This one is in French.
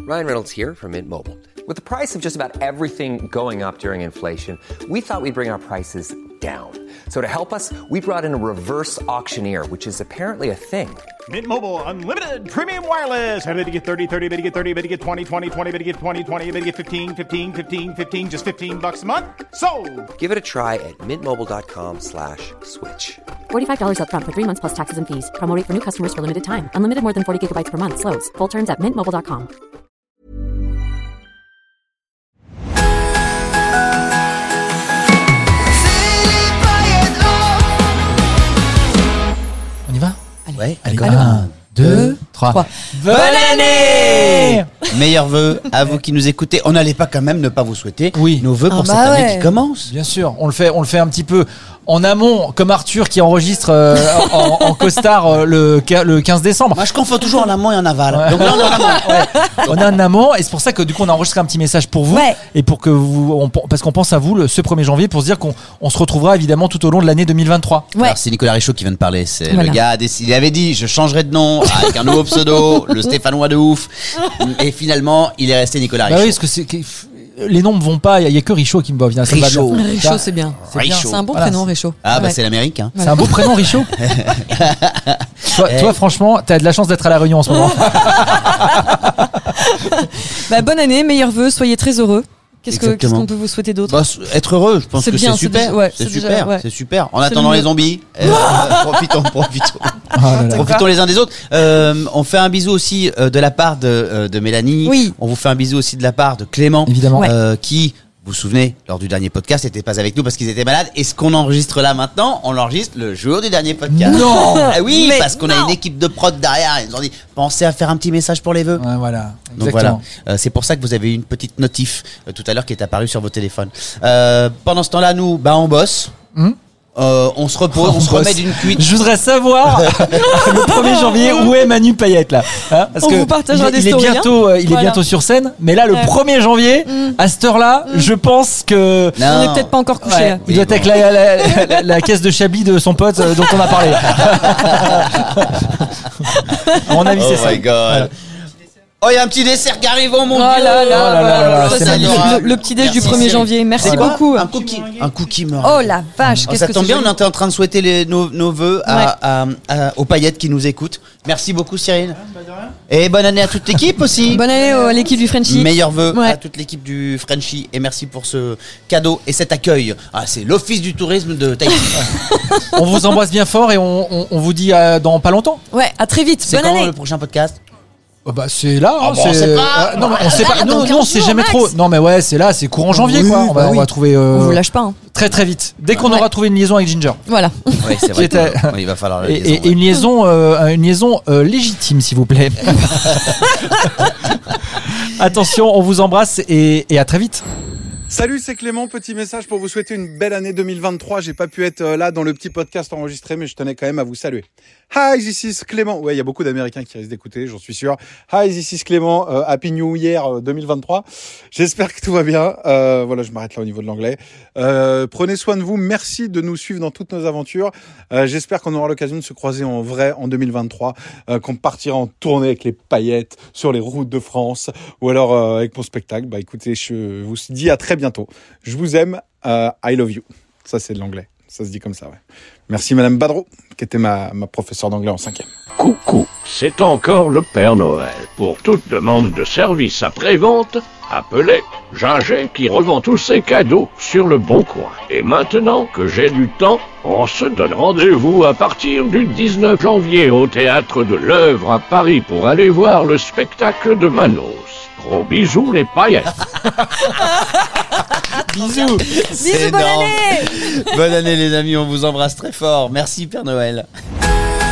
Ryan Reynolds here from Mint Mobile. With the price of just about everything going up during inflation, we thought we'd bring our prices down. So to help us, we brought in a reverse auctioneer, which is apparently a thing. Mint Mobile Unlimited Premium Wireless. How to get 30, 30, bit to get 30, bit to get 20, 20, 20, bit to get 20, 20, bit to get 15, 15, 15, 15, just $15 a month? Sold! Give it a try at mintmobile.com/switch. $45 up front for 3 months plus taxes and fees. Promo rate for new customers for limited time. Unlimited more than 40 gigabytes per month. Slows full terms at mintmobile.com. On y va ? Ouais, Allez, d'accord. 1, 2, 3. Bonne année ! Meilleurs vœux à vous qui nous écoutez. On n'allait pas quand même ne pas vous souhaiter nos vœux pour cette année qui commence. Bien sûr, on le fait un petit peu en amont, comme Arthur qui enregistre en costard le 15 décembre. Moi, je confonds toujours en amont et en aval. Ouais. Donc là, on est en amont. Ouais. On est en amont et c'est pour ça que du coup on a enregistré un petit message pour vous et pour que parce qu'on pense à vous ce 1er janvier pour se dire qu'on se retrouvera évidemment tout au long de l'année 2023. Ouais. Alors c'est Nicolas Richaud qui vient de parler. C'est le gars. Il avait dit je changerai de nom avec un nouveau pseudo, le Stéphanois de ouf. Et finalement il est resté Nicolas Richaud. Bah oui, parce que les noms ne vont pas. Il y a que Richaud qui me va bien. Richaud, c'est bien. C'est un bon prénom, Richaud. Ah bah c'est l'Amérique. Hein. C'est un beau prénom, Richaud. Toi, franchement, t'as de la chance d'être à la Réunion en ce moment. Bah, bonne année, meilleurs vœux, soyez très heureux. Qu'est-ce qu'on peut vous souhaiter d'autre ? Être heureux, je pense que c'est super. C'est super. En attendant les zombies, profitons. Profitons les uns des autres. On fait un bisou aussi de la part de Mélanie. Oui. On vous fait un bisou aussi de la part de Clément, évidemment, qui, vous vous souvenez, lors du dernier podcast, n'était pas avec nous parce qu'ils étaient malades. Et ce qu'on enregistre là maintenant, on l'enregistre le jour du dernier podcast. Non. Oui, parce qu'on a une équipe de prod derrière. Ils nous ont dit, pensez à faire un petit message pour les vœux. Ouais, voilà. Donc voilà, c'est pour ça que vous avez eu une petite notif tout à l'heure qui est apparue sur vos téléphones. Pendant ce temps-là, nous, on bosse. On se repose, on se remet d'une cuite. Je voudrais savoir le 1er janvier où est Manu Payette là, hein, parce on que vous partagera des il stories. Il est bientôt sur scène, mais là le 1er janvier, à cette heure-là, je pense que on n'est peut-être pas encore couché. Il doit être avec la caisse de Chablis de son pote dont on a parlé. À mon avis, c'est ça. Oh my god. Voilà. Oh, il y a un petit dessert qui arrive, mon Dieu. Le petit déj du 1er janvier. Merci beaucoup. Un cookie meringue. Oh la vache, qu'est-ce que ça tombe bien, on était en train de souhaiter nos vœux aux paillettes qui nous écoutent. Merci beaucoup, Cyril. Et bonne année à toute l'équipe aussi. Bonne année à l'équipe du Frenchie. Meilleurs vœux à toute l'équipe du Frenchie. Et merci pour ce cadeau et cet accueil. Ah, c'est l'Office du tourisme de Tahiti. On vous embrasse bien fort et on vous dit dans pas longtemps. Ouais, à très vite. C'est bonne quand année. le prochain podcast ? Bah c'est là, on sait pas. Non, on sait pas. Non, c'est jamais trop. Non, mais ouais, c'est là, c'est courant janvier, quoi. On va trouver. On vous lâche pas. Hein. Très très vite. Dès qu'on aura trouvé une liaison avec Ginger. Voilà. Oui, c'est vrai. Il va falloir la liaison. Et une liaison légitime, s'il vous plaît. Attention, on vous embrasse et à très vite. Salut, c'est Clément. Petit message pour vous souhaiter une belle année 2023. J'ai pas pu être là dans le petit podcast enregistré, mais je tenais quand même à vous saluer. Hi, this is Clément. Ouais, il y a beaucoup d'Américains qui risquent d'écouter, j'en suis sûr. Hi, this is Clément. Happy New Year 2023. J'espère que tout va bien. Voilà, je m'arrête là au niveau de l'anglais. Prenez soin de vous. Merci de nous suivre dans toutes nos aventures. J'espère qu'on aura l'occasion de se croiser en vrai en 2023, qu'on partira en tournée avec les paillettes sur les routes de France ou alors avec mon spectacle. Bah écoutez, je vous dis à très bientôt. Je vous aime. I love you. Ça, c'est de l'anglais. Ça se dit comme ça, ouais. Merci Madame Badreau, qui était ma professeure d'anglais en 5e. Coucou, c'est encore le Père Noël. Pour toute demande de service après-vente, appelez Ginger qui revend tous ses cadeaux sur le Bon Coin. Et maintenant que j'ai du temps, on se donne rendez-vous à partir du 19 janvier au Théâtre de l'Œuvre à Paris pour aller voir le spectacle de Manos. Gros bisous les paillettes. Bisous. Bisous, bonne année. Bonne année les amis, on vous embrasse très fort. Merci Père Noël.